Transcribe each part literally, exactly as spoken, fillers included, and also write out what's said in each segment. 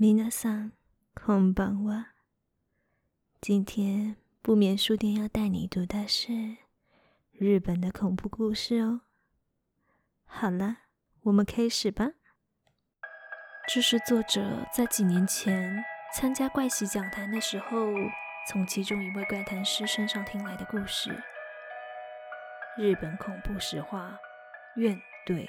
皆さんこんばんは。今天不眠书店要带你读的是日本的恐怖故事哦。好了，我们开始吧。这是作者在几年前参加怪奇讲坛的时候，从其中一位怪谈师身上听来的故事。日本恐怖实话，怨怼。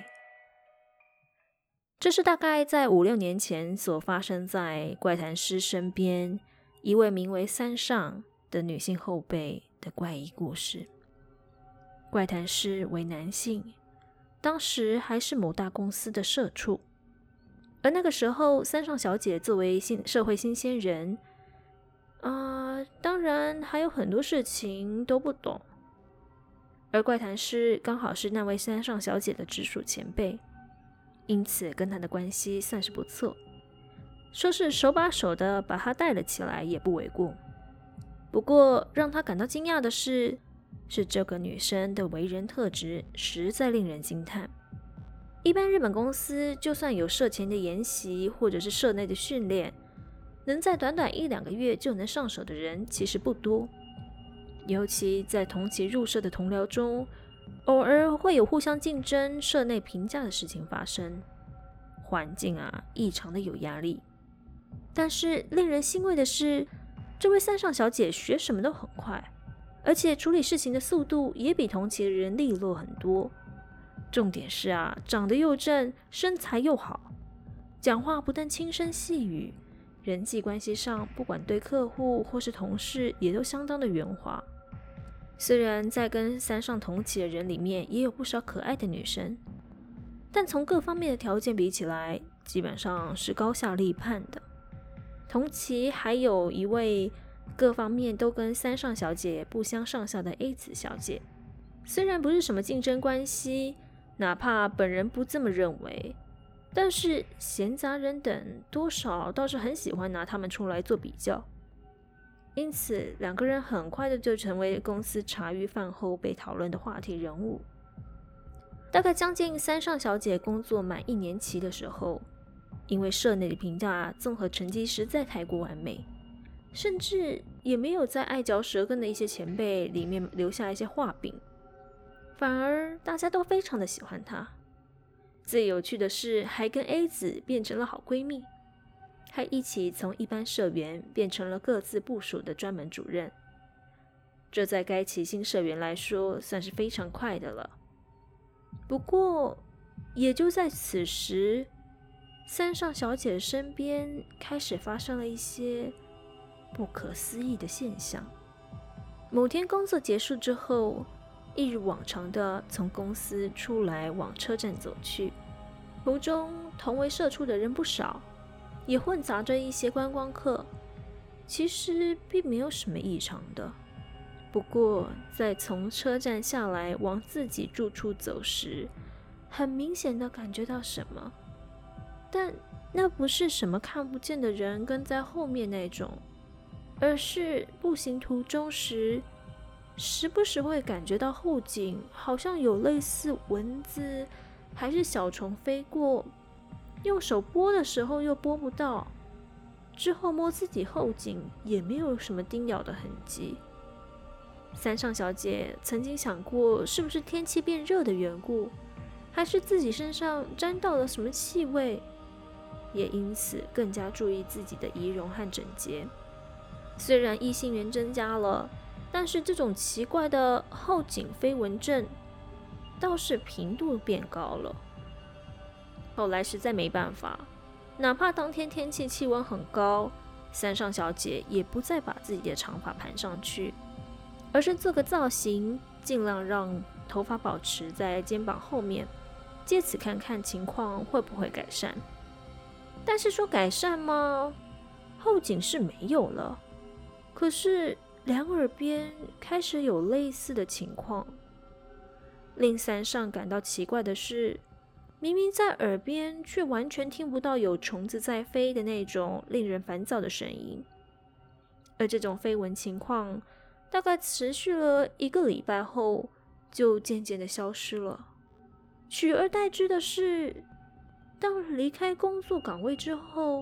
这是大概在五六年前所发生在怪谈师身边一位名为三上的女性后辈的怪异故事。怪谈师为男性，当时还是某大公司的社畜，而那个时候三上小姐作为新社会新鲜人啊、呃，当然还有很多事情都不懂，而怪谈师刚好是那位三上小姐的直属前辈，因此跟她的关系算是不错，说是手把手的把她带了起来也不为过。不过让她感到惊讶的是，是这个女生的为人特质实在令人惊叹。一般日本公司就算有社前的研习或者是社内的训练，能在短短一两个月就能上手的人其实不多，尤其在同期入社的同僚中，偶尔会有互相竞争、社内评价的事情发生，环境啊异常的有压力。但是令人欣慰的是，这位三上小姐学什么都很快，而且处理事情的速度也比同期的人利落很多。重点是啊，长得又正，身材又好，讲话不但轻声细语，人际关系上不管对客户或是同事也都相当的圆滑。虽然在跟三上同期的人里面也有不少可爱的女生，但从各方面的条件比起来，基本上是高下立判的。同期还有一位各方面都跟三上小姐不相上下的 A 子小姐，虽然不是什么竞争关系，哪怕本人不这么认为，但是闲杂人等多少倒是很喜欢拿他们出来做比较。因此两个人很快的就成为公司茶余饭后被讨论的话题人物。大概将近三上小姐工作满一年期的时候，因为社内的评价综合成绩实在太过完美，甚至也没有在爱嚼舌根的一些前辈里面留下一些画饼，反而大家都非常的喜欢她。最有趣的是，还跟 A 子变成了好闺蜜，还一起从一般社员变成了各自部属的专门主任。这在该期新社员来说算是非常快的了。不过也就在此时，三上小姐身边开始发生了一些不可思议的现象。某天工作结束之后，一如往常的从公司出来往车站走去，途中同为社畜的人不少，也混杂着一些观光客，其实并没有什么异常的。不过在从车站下来往自己住处走时，很明显的感觉到什么，但那不是什么看不见的人跟在后面那种，而是步行途中时，时不时会感觉到后颈好像有类似蚊子还是小虫飞过，用手拨的时候又拨不到，之后摸自己后颈也没有什么叮咬的痕迹。三上小姐曾经想过，是不是天气变热的缘故，还是自己身上沾到了什么气味，也因此更加注意自己的仪容和整洁。虽然异性缘增加了，但是这种奇怪的后颈飞蚊症倒是频度变高了。后来实在没办法，哪怕当天天气气温很高，三上小姐也不再把自己的长发盘上去，而是做个造型，尽量让头发保持在肩膀后面，借此看看情况会不会改善。但是说改善吗？后颈是没有了，可是两耳边开始有类似的情况。令三上感到奇怪的是，明明在耳边，却完全听不到有虫子在飞的那种令人烦躁的声音。而这种飞蚊情况大概持续了一个礼拜后，就渐渐的消失了。取而代之的是，当离开工作岗位之后，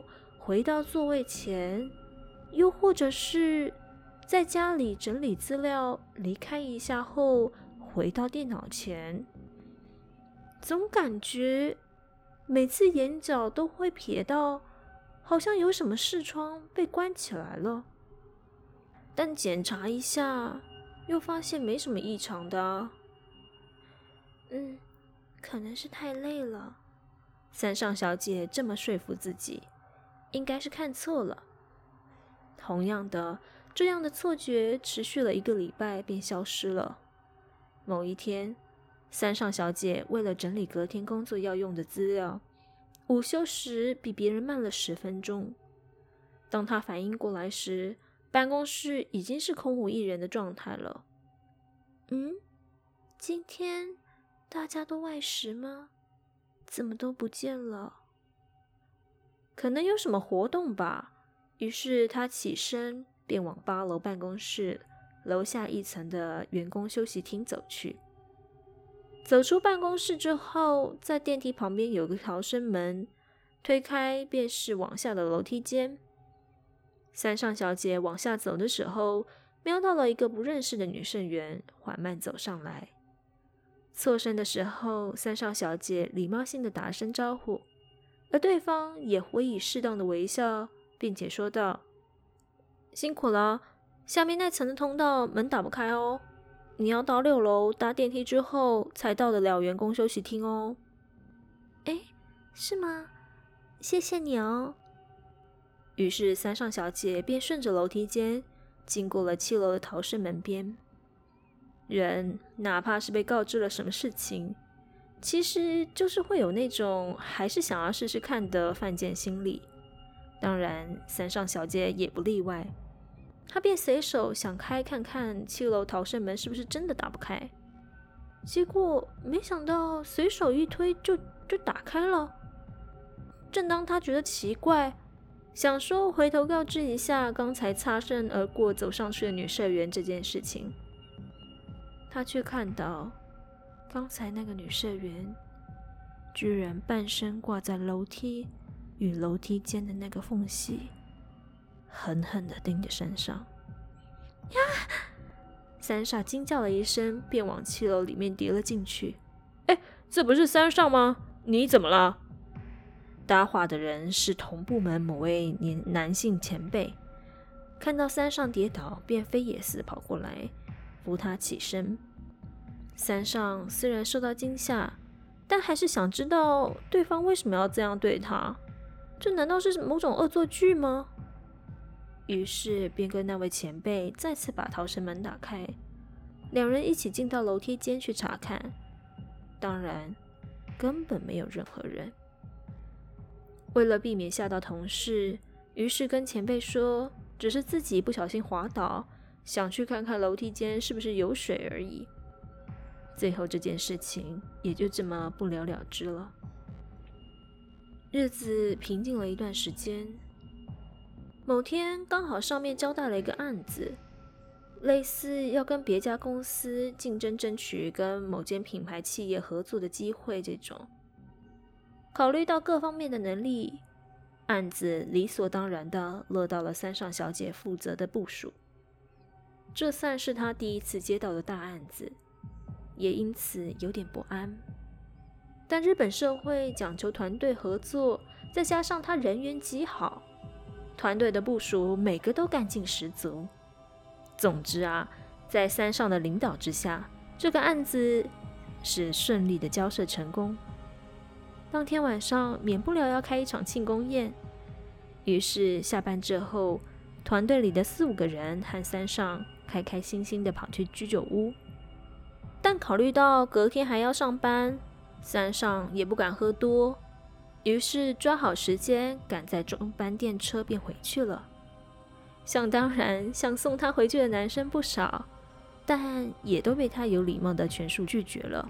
回到座位前，又或者是在家里整理资料，离开一下后回到电脑前，总感觉每次眼角都会瞥到好像有什么视窗被关起来了，但检查一下又发现没什么异常的啊。嗯，可能是太累了，三上小姐这么说服自己，应该是看错了。同样的，这样的错觉持续了一个礼拜便消失了。某一天，三上小姐为了整理隔天工作要用的资料，午休时比别人慢了十分钟。当她反应过来时，办公室已经是空无一人的状态了。嗯，今天大家都外食吗？怎么都不见了？可能有什么活动吧。于是她起身便往八楼办公室楼下一层的员工休息厅走去。走出办公室之后，在电梯旁边有个逃生门，推开便是往下的楼梯间。三上小姐往下走的时候，瞄到了一个不认识的女社员缓慢走上来。错身的时候，三上小姐礼貌性的打声招呼，而对方也回以适当的微笑，并且说道：辛苦了，下面那层的通道门打不开哦，你要到六楼搭电梯之后才到得了员工休息厅哦。诶，是吗？谢谢你哦。于是三上小姐便顺着楼梯间经过了七楼的逃生门边。人哪怕是被告知了什么事情，其实就是会有那种还是想要试试看的犯贱心理。当然三上小姐也不例外，她便随手想开看看七楼逃生门是不是真的打不开，结果没想到随手一推就就打开了。正当她觉得奇怪，想说回头告知一下刚才擦身而过走上去的女社员这件事情，她却看到刚才那个女社员居然半身挂在楼梯与楼梯间的那个缝隙，狠狠地盯着身上。呀！三傻惊叫了一声，便往七楼里面跌了进去。哎，这不是三上吗？你怎么了？搭话的人是同部门某位年男性前辈，看到三上跌倒，便飞也似的跑过来扶他起身。三上虽然受到惊吓，但还是想知道对方为什么要这样对他，这难道是某种恶作剧吗？于是便跟那位前辈再次把逃生门打开，两人一起进到楼梯间去查看。当然根本没有任何人。为了避免吓到同事，于是跟前辈说只是自己不小心滑倒，想去看看楼梯间是不是有水而已。最后这件事情也就这么不了了之了。日子平静了一段时间，某天刚好上面交代了一个案子，类似要跟别家公司竞争争取跟某间品牌企业合作的机会这种。考虑到各方面的能力，案子理所当然的落到了三上小姐负责的部署。这算是她第一次接到的大案子，也因此有点不安。但日本社会讲求团队合作，再加上他人缘极好，团队的部署每个都干劲十足。总之啊，在三上的领导之下，这个案子是顺利的交涉成功。当天晚上免不了要开一场庆功宴，于是下班之后，团队里的四五个人和三上开开心心的跑去居酒屋。但考虑到隔天还要上班，三上也不敢喝多，于是抓好时间赶在中班电车便回去了。想当然，想送他回去的男生不少，但也都被他有礼貌的全数拒绝了。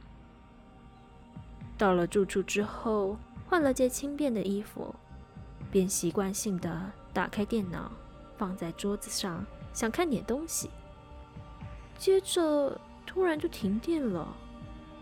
到了住处之后，换了件轻便的衣服，便习惯性的打开电脑，放在桌子上，想看点东西。接着突然就停电了。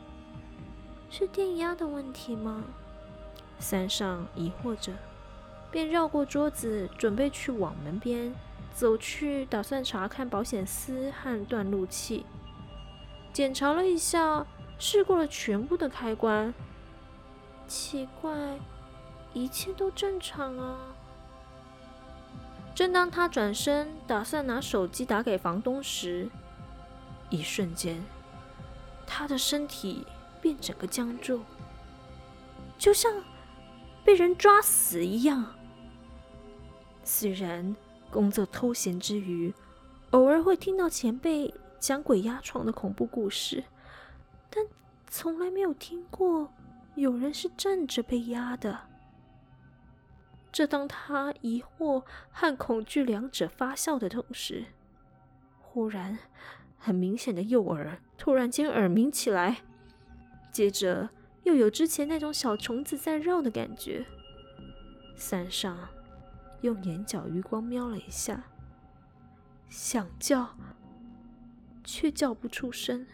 是电压的问题吗？三上疑惑着， 便绕过桌子，准备去往门边走去，打算查看保险丝和断路器。检查了一下，试过了全部的开关，奇怪，一切都正常啊。正当他转身打算拿手机打给房东时，一瞬间，他的身体便整个僵住，就像被人抓死一样。虽然工作偷闲之余，偶尔会听到前辈讲鬼压床的恐怖故事，但从来没有听过有人是站着被压的。这当他疑惑和恐惧两者发酵的同时，忽然很明显的右耳突然间耳鸣起来，接着又有之前那种小虫子在绕的感觉。三上用眼角余光瞄了一下，想叫却叫不出声，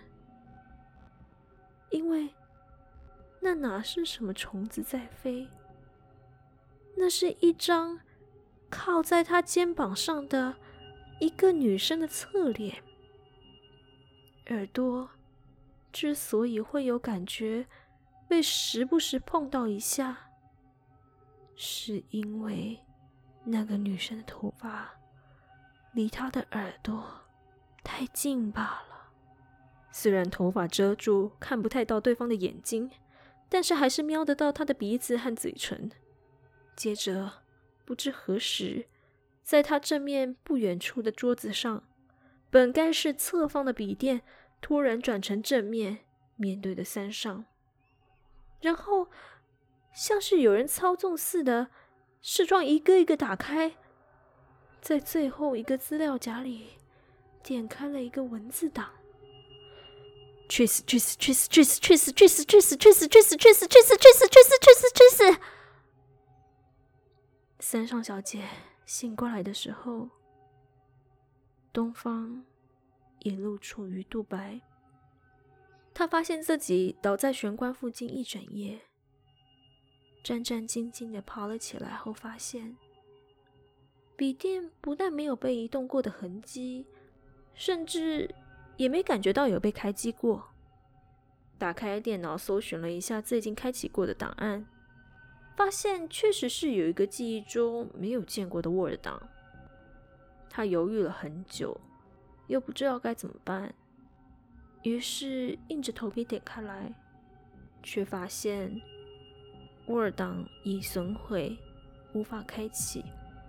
因为那哪是什么虫子在飞，那是一张靠在他肩膀上的一个女生的侧脸。耳朵之所以会有感觉被时不时碰到一下，是因为那个女生的头发离她的耳朵太近罢了。虽然头发遮住，看不太到对方的眼睛，但是还是瞄得到她的鼻子和嘴唇。接着，不知何时，在她正面不远处的桌子上，本该是侧方的笔电突然转成正面，面对的三上，然后像是有人操纵似的，视窗一个一个打开，在最后一个资料夹里点开了一个文字档。去死去死去死去死去死去死去死去死去死去死去死去死去死去死去死！三上小姐醒过来的时候，东方已露出鱼肚白。她发现自己倒在玄关附近一整夜，战战兢兢地爬了起来后，发现笔电不但没有被移动过的痕迹，甚至也没感觉到有被开机过。打开电脑搜寻了一下最近开启过的档案，发现确实是有一个记忆中没有见过的 Word 档。他犹豫了很久，又不知道该怎么办，于是硬着头皮点开来，却发现 Word 档已损毁，无法开启。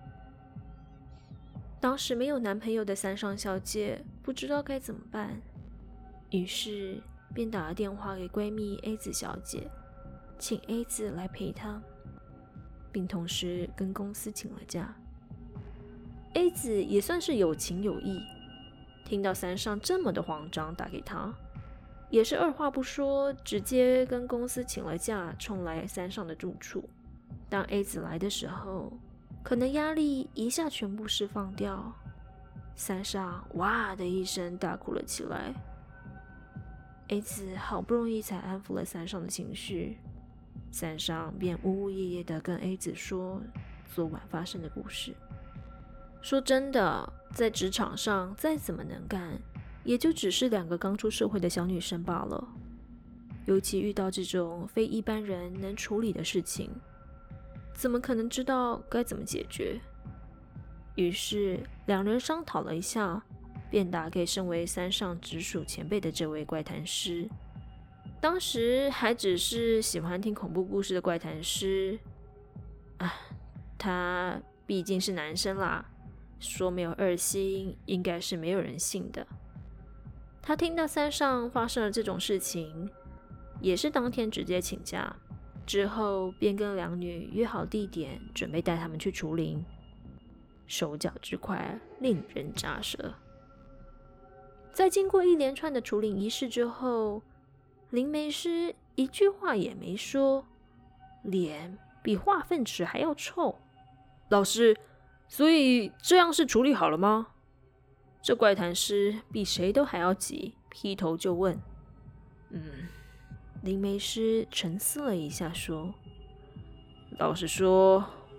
当时没有男朋友的三上小姐不知道该怎么办，于是便打了电话给闺蜜 A 子小姐，请 A 子来陪她，并同时跟公司请了假。A 子也算是有情有义，听到三上这么的慌张打给她，也是二话不说，直接跟公司请了假，冲来三上的住处。当 A 子来的时候，可能压力一下全部释放掉，三上哇的一声大哭了起来。A 子好不容易才安抚了三上的情绪，三上便呜呜咽咽的跟 A 子说昨晚发生的故事。说真的，在职场上再怎么能干，也就只是两个刚出社会的小女生罢了，尤其遇到这种非一般人能处理的事情，怎么可能知道该怎么解决？于是两人商讨了一下，便打给身为三上直属前辈的这位怪谈师。当时还只是喜欢听恐怖故事的怪谈师啊，他毕竟是男生啦，说没有二心应该是没有人信的。他听到三上发生了这种事情，也是当天直接请假，之后便跟两女约好地点，准备带他们去除灵。手脚之快，令人咋舌。在经过一连串的除灵仪式之后，灵媒师一句话也没说，脸比化粪池还要臭。老师，所以这样是处理好了吗？这怪谈师比谁都还要急，劈头就问。嗯，灵媒师沉思了一下说，老实说，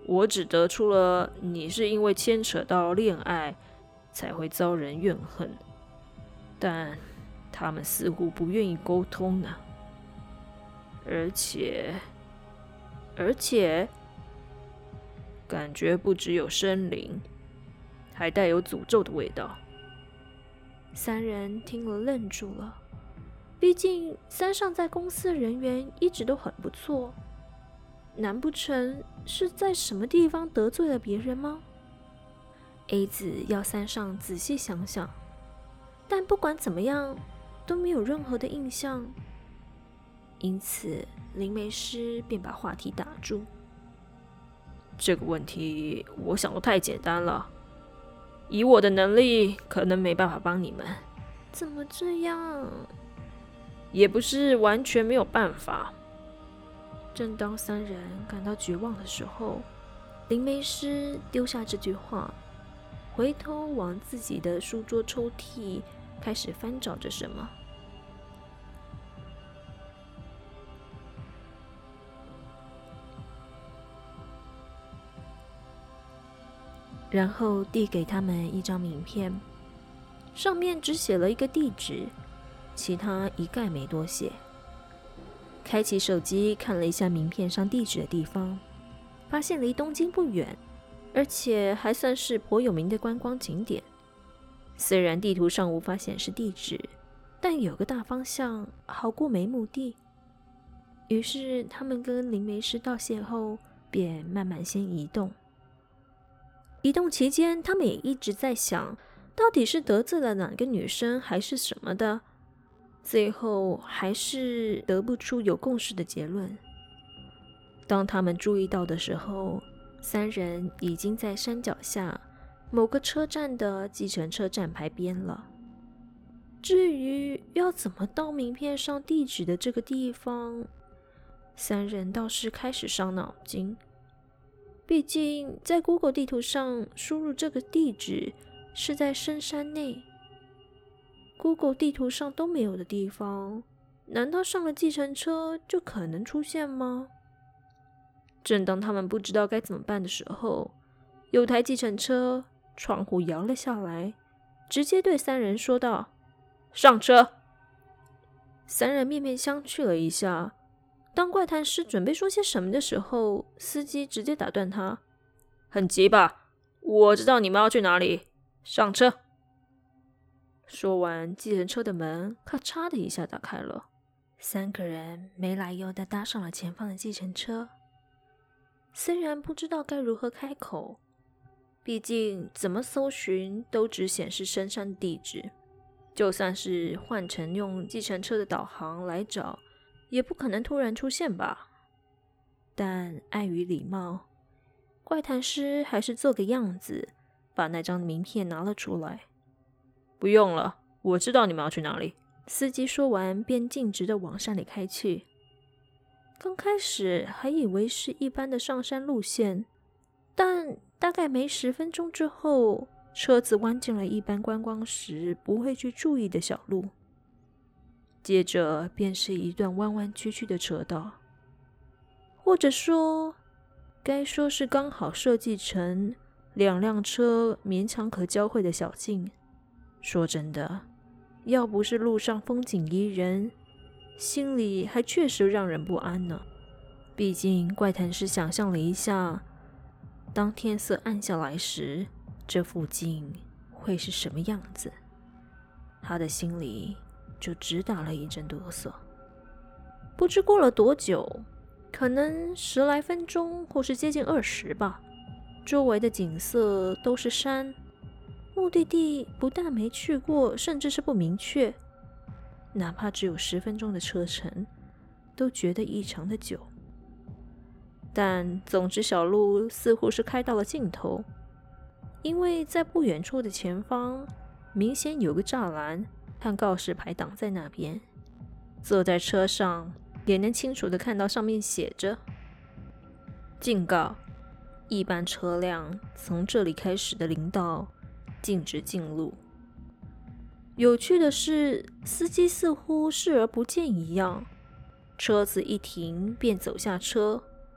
我只得出了你是因为牵扯到恋爱才会遭人怨恨，但他们似乎不愿意沟通呢。而且，而且，感觉不只有生灵，还带有诅咒的味道。 三人听了愣住了，毕竟三上在公司的人缘一直都很不错，难不成是在什么地方得罪了别人吗？ A 子要三上仔细想想，但不管怎么样都没有任何的印象，因此灵媒师便把话题打住。 这个问题我想的太简单了，以我的能力可能没办法帮你们。 怎么这样？ 也不是完全没有办法。 正当三人感到绝望的时候，灵媒师丢下这句话，回头往自己的书桌抽屉开始翻找着什么。然后递给他们一张名片，上面只写了一个地址，其他一概没多写。开启手机看了一下名片上地址的地方，发现离东京不远，而且还算是颇有名的观光景点。虽然地图上无法显示地址，但有个大方向好过没目的。于是他们跟灵媒师道谢后，便慢慢先移动。移动期间，他们也一直在想，到底是得罪了哪个女生，还是什么的。最后还是得不出有共识的结论。当他们注意到的时候，三人已经在山脚下某个车站的计程车站牌边了。至于要怎么到名片上地址的这个地方，三人倒是开始伤脑筋。毕竟在 Google 地图上输入这个地址是在深山内， Google 地图上都没有的地方，难道上了计程车就可能出现吗？正当他们不知道该怎么办的时候，有台计程车窗户摇了下来，直接对三人说道：“上车！”三人面面相觑了一下，当怪谈师准备说些什么的时候，司机直接打断他：“ 很急吧？我知道你们要去哪里，上车！” 说完，计程车的门咔嚓的一下打开了，三个人没来由的搭上了前方的计程车。虽然不知道该如何开口，毕竟怎么搜寻都只显示深山的地址，就算是换成用计程车的导航来找，也不可能突然出现吧。但碍于礼貌，怪谈师还是做个样子，把那张名片拿了出来。 不用了，我知道你们要去哪里。 司机说完便径直的往山里开去。刚开始还以为是一般的上山路线，但大概没十分钟之后，车子弯进了一般观光时不会去注意的小路，接着便是一段弯弯曲曲的车道，或者说该说是刚好设计成两辆车勉强可交汇的小径。说真的，要不是路上风景宜人，心里还确实让人不安呢。毕竟怪谈师想象了一下，当天色暗下来时，这附近会是什么样子，他的心里就直打了一阵哆嗦。不知过了多久，可能十来分钟或是接近二十吧，周围的景色都是山，目的地不但没去过，甚至是不明确，哪怕只有十分钟的车程，都觉得异常的久。但总之小路似乎是开到了尽头，因为在不远处的前方明显有个栅栏和告示牌挡在那边，坐在车上也能清楚的看到上面写着警告，一般车辆从这里开始的林道禁止进入。有趣的是，司机似乎视而不见一样，车子一停便走下车，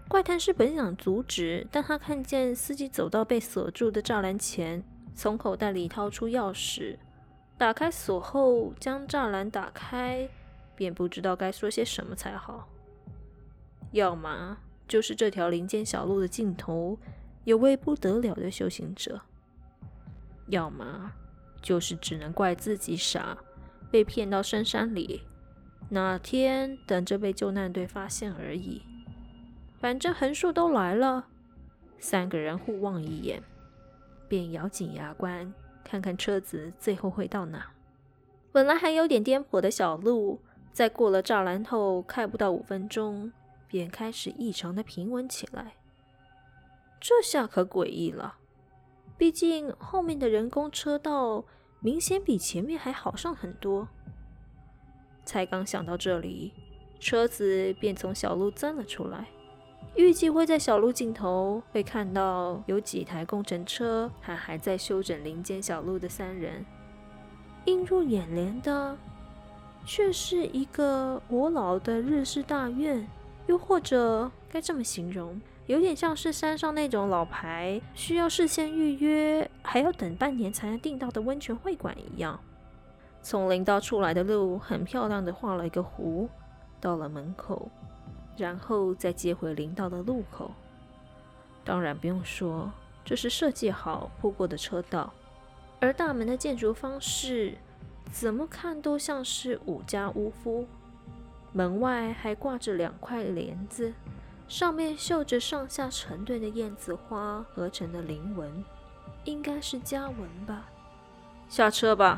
怪谈师本想阻止，但他看见司机走到被锁住的栅栏前，从口袋里掏出钥匙，打开锁后将栅栏打开，便不知道该说些什么才好。要么就是这条林间小路的尽头有位不得了的修行者，要么就是只能怪自己傻，被骗到深山里，哪天等着被救难队发现而已。反正横竖都来了，三个人互望一眼，便咬紧牙关，看看车子最后会到哪。本来还有点颠簸的小路，在过了栅栏后开不到五分钟，便开始异常的平稳起来。这下可诡异了，毕竟后面的人工车道明显比前面还好上很多。才刚想到这里，车子便从小路钻了出来，预计会在小路尽头会看到有几台工程车和还在修整林间小路的三人。映入眼帘的却是一个古老的日式大院，又或者该这么形容，有点像是山上那种老牌需要事先预约还要等半年才能订到的温泉会馆一样。从林道出来的路很漂亮的画了一个弧，到了门口，然后再接回林道的路口。当然不用说，这是设计好铺过的车道，而大门的建筑方式怎么看都像是五家屋夫。门外还挂着两块帘子，上面绣着上下成对的燕子花合成的菱纹，应该是家纹吧。下车吧。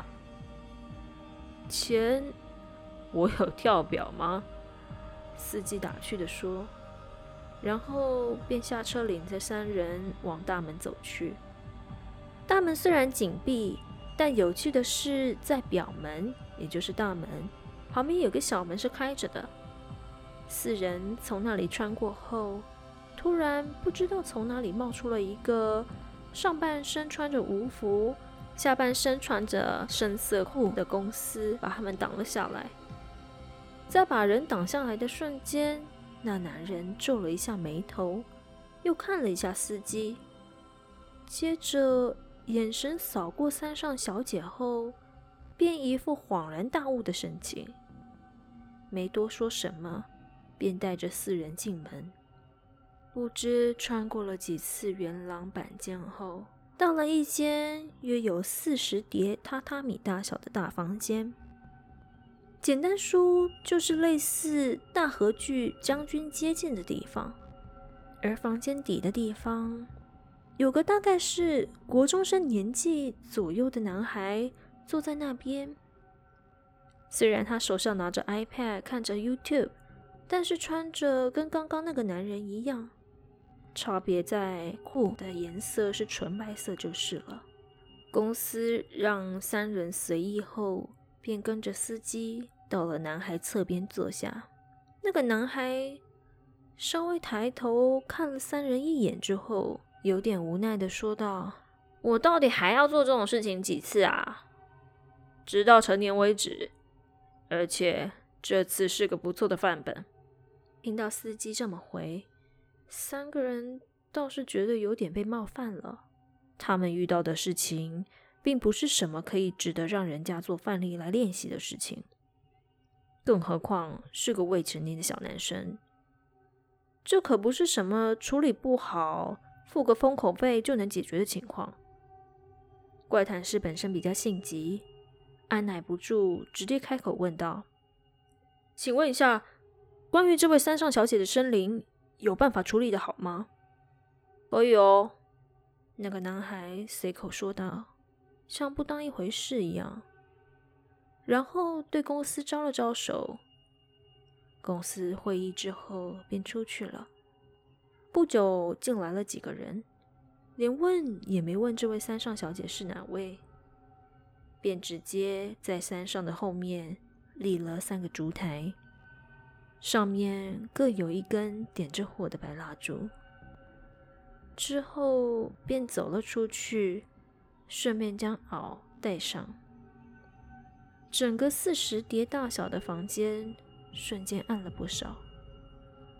钱，我有跳表吗？司机打趣地说，然后便下车领着三人往大门走去。大门虽然紧闭，但有趣的是，在表门，也就是大门旁边有个小门是开着的。四人从那里穿过后，突然不知道从哪里冒出了一个上半身穿着吴服，下半身穿着深色裤的公司，把他们挡了下来。在把人挡下来的瞬间，那男人皱了一下眉头，又看了一下司机，接着眼神扫过三上小姐后，便一副恍然大悟的神情，没多说什么，便带着四人进门。不知穿过了几次元廊板间后，到了一间约有四十叠榻榻米大小的大房间。简单说，就是类似大河剧将军接见的地方。而房间底的地方，有个大概是国中生年纪左右的男孩坐在那边。虽然他手上拿着 iPad 看着 YouTube， 但是穿着跟刚刚那个男人一样，差别在裤的颜色是纯白色就是了。公司让三人随意后，便跟着司机到了男孩侧边坐下。那个男孩稍微抬头看了三人一眼之后，有点无奈地说道：“我到底还要做这种事情几次啊？直到成年为止。而且这次是个不错的范本。”听到司机这么回，三个人倒是觉得有点被冒犯了。他们遇到的事情并不是什么可以值得让人家做范例来练习的事情，更何况是个未成年的小男生。这可不是什么处理不好付个封口费就能解决的情况。怪谈师本身比较性急，按耐不住直接开口问道：“请问一下，关于这位山上小姐的生灵，有办法处理得好吗？”“可以哦。”那个男孩随口说道，像不当一回事一样，然后对公司招了招手。公司会议之后便出去了。不久进来了几个人，连问也没问这位山上小姐是哪位，便直接在山上的后面立了三个烛台，上面各有一根点着火的白蜡烛。之后便走了出去，顺便将袄带上。整个四十叠大小的房间瞬间暗了不少，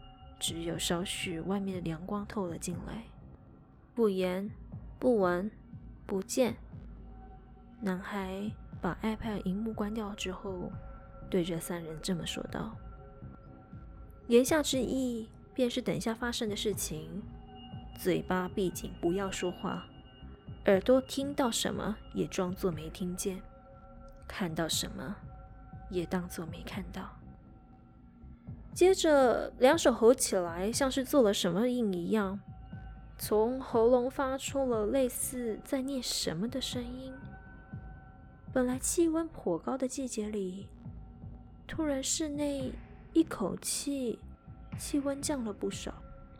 只有少许外面的阳光透了进来。不言不闻不见，男孩把 iPad 荧幕关掉之后，对着三人这么说道，言下之意便是等下发生的事情，嘴巴闭紧，不要说话，耳朵听到什么也装作没听见，看到什么也当作没看到。接着两手合起来，像是做了什么印一样，从喉咙发出了类似在念什么的声音。本来气温颇高的季节里，突然室内一口气气温降了不少。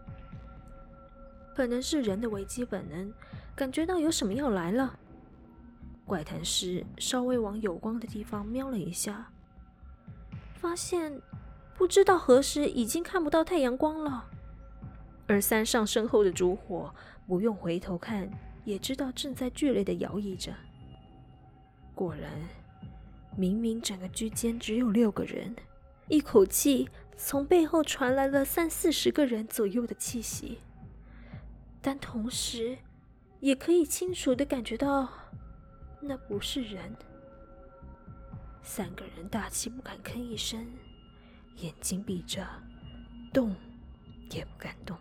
可能是人的危机本能，感觉到有什么要来了。怪谈师稍微往有光的地方瞄了一下，发现不知道何时已经看不到太阳光了，而山上身后的烛火不用回头看也知道正在剧烈的摇曳着。果然，明明整个居间只有六个人，一口气从背后传来了三四十个人左右的气息，但同时也可以清楚地感觉到那不是人。三个人大气不敢吭一声，眼睛闭着，动也不敢动。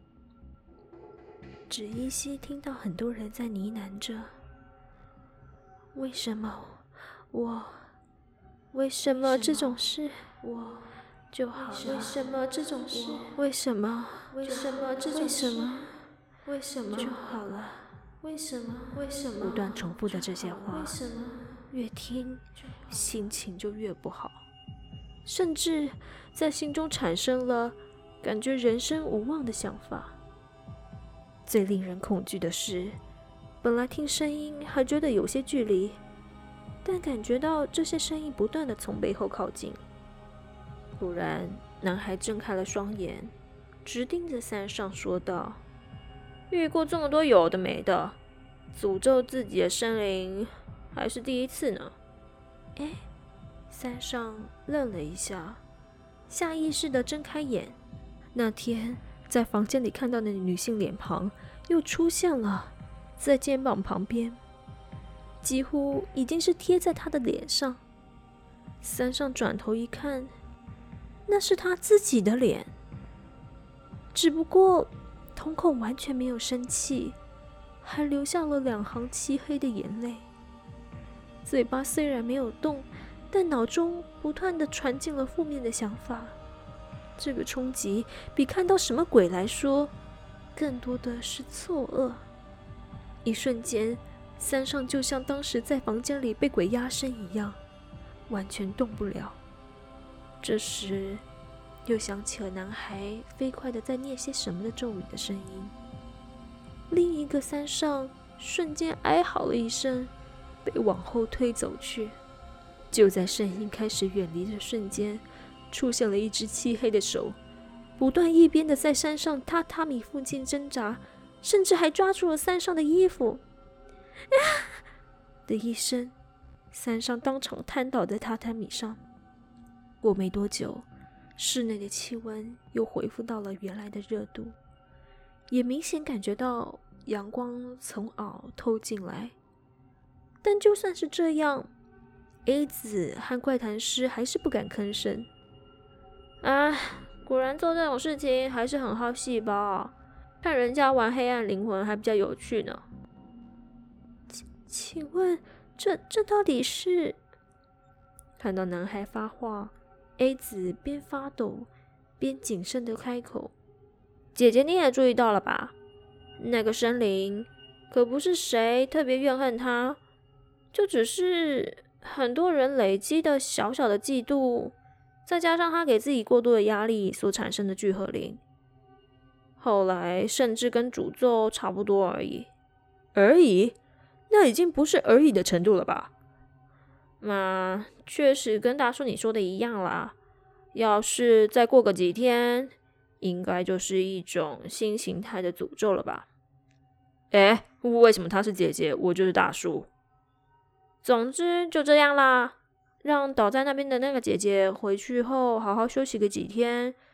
只依稀听到很多人在呢喃着，为什么我为什么这种事我就好了？为什么这种事为什么为什么这种事为什么就好了？为什么为什么不断重复的这些话，为什么越听心情就越不好，甚至在心中产生了感觉人生无望的想法。最令人恐惧的是，本来听声音还觉得有些距离，但感觉到这些声音不断地从背后靠近。突然，男孩睁开了双眼，直盯着山上说道，遇过这么多有的没的，诅咒自己的生灵还是第一次呢。哎，山上愣了一下，下意识地睁开眼。那天在房间里看到的女性脸庞又出现了，在肩膀旁边，几乎已经是贴在他的脸上。山上转头一看，那是他自己的脸，只不过瞳孔完全没有生气，还流下了两行漆黑的眼泪。嘴巴虽然没有动，但脑中不断地传进了负面的想法。这个冲击比看到什么鬼来说，更多的是错愕。一瞬间，山上就像当时在房间里被鬼压身一样，完全动不了。这时，又想起了男孩飞快地在念些什么的咒语的声音。另一个山上瞬间哀嚎了一声，被往后推走去。就在声音开始远离的瞬间，出现了一只漆黑的手，不断一边的在山上榻榻米附近挣扎，甚至还抓住了山上的衣服。啊的一声，山上当场瘫倒在榻榻米上。过没多久，室内的气温又恢复到了原来的热度，也明显感觉到阳光从袄透进来。但就算是这样， A 子和怪谈师还是不敢吭声。啊，果然做这种事情还是很耗细胞，看人家玩黑暗灵魂还比较有趣呢。请问这这到底是？看到男孩发话， A 子边发抖边谨慎地开口：姐姐你也注意到了吧，那个生灵可不是谁特别怨恨他，就只是很多人累积的小小的嫉妒，再加上他给自己过多的压力所产生的聚合灵，后来甚至跟诅咒差不多而已。而已？那已经不是而已的程度了吧？那确实跟大叔你说的一样啦，要是再过个几天，应该就是一种新形态的诅咒了吧？诶，为什么她是姐姐，我就是大叔？总之就这样啦，让倒在那边的那个姐姐回去后好好休息个几天，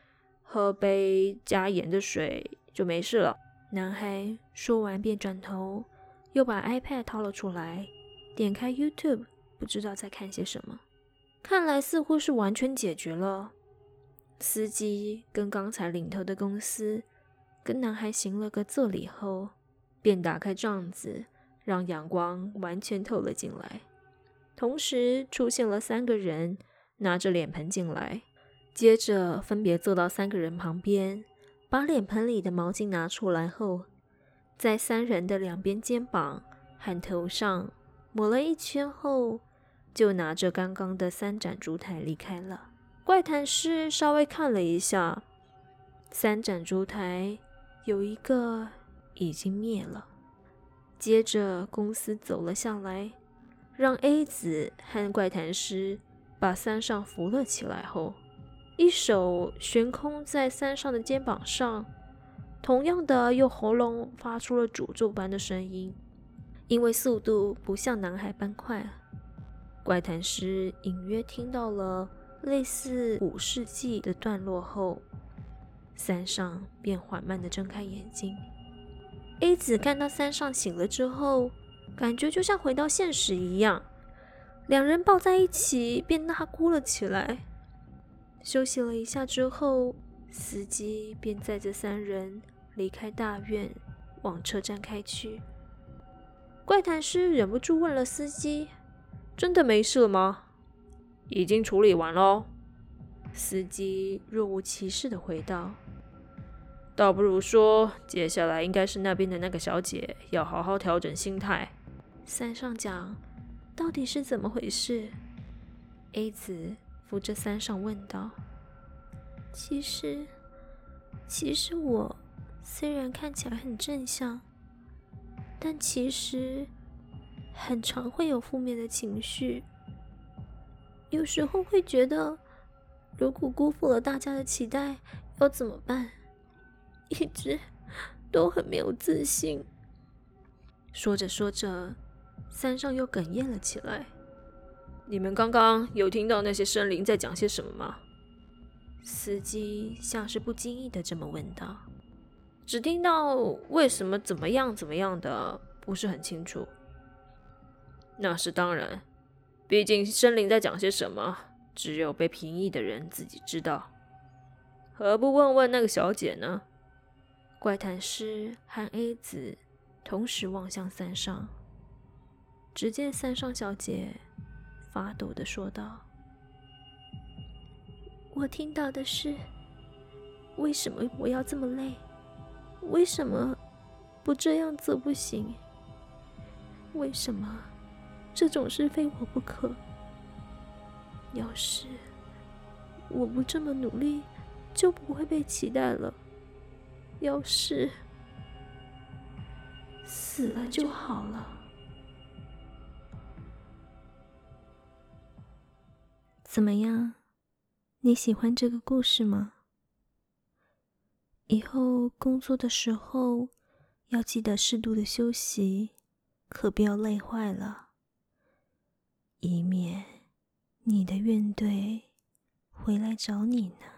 喝杯加盐的水就没事了。 男孩说完便转头，又把 iPad 掏了出来，点开 YouTube， 不知道在看些什么。看来似乎是完全解决了。司机跟刚才领头的公司跟男孩行了个作礼后，便打开帐子，让阳光完全透了进来。同时出现了三个人拿着脸盆进来，接着分别坐到三个人旁边，把脸盆里的毛巾拿出来后，在三人的两边肩膀和头上抹了一圈后，就拿着刚刚的三盏烛台离开了。怪谈师稍微看了一下，三盏烛台有一个已经灭了。接着公司走了下来，让 A 子和怪谈师把三上扶了起来后，一手悬空在三上的肩膀上，同样的用喉咙发出了诅咒般的声音。因为速度不像男孩般快，怪谈师隐约听到了类似五世纪的段落后，三上便缓慢地睁开眼睛。A 子看到三上醒了之后，感觉就像回到现实一样，两人抱在一起便大哭了起来。休息了一下之后，司机便载着三人离开大院，往车站开去。怪谈师忍不住问了司机：“真的没事了吗？”“ 已经处理完咯。” 司机若无其事地回道。 倒不如说，接下来应该是那边的那个小姐要好好调整心态。 三上讲，到底是怎么回事 ？A 子扶着三上问道。其实，其实我虽然看起来很正向，但其实很常会有负面的情绪。有时候会觉得，如果辜负了大家的期待，要怎么办？一直都很没有自信。说着说着，三上又哽咽了起来。 你们刚刚有听到那些生灵在讲些什么吗？ 司机像是不经意的这么问道。 只听到为什么怎么样怎么样的，不是很清楚。那是当然，毕竟生灵在讲些什么，只有被评议的人自己知道。何不问问那个小姐呢？ 怪谈师和 A 子同时望向三上，只见三上小姐发抖地说道：“我听到的是，为什么我要这么累？为什么不这样做不行？为什么这种事非我不可？要是我不这么努力，就不会被期待了。要是死了就好了。”怎么样？你喜欢这个故事吗？以后工作的时候要记得适度的休息，可不要累坏了，以免你的怨怼回来找你呢。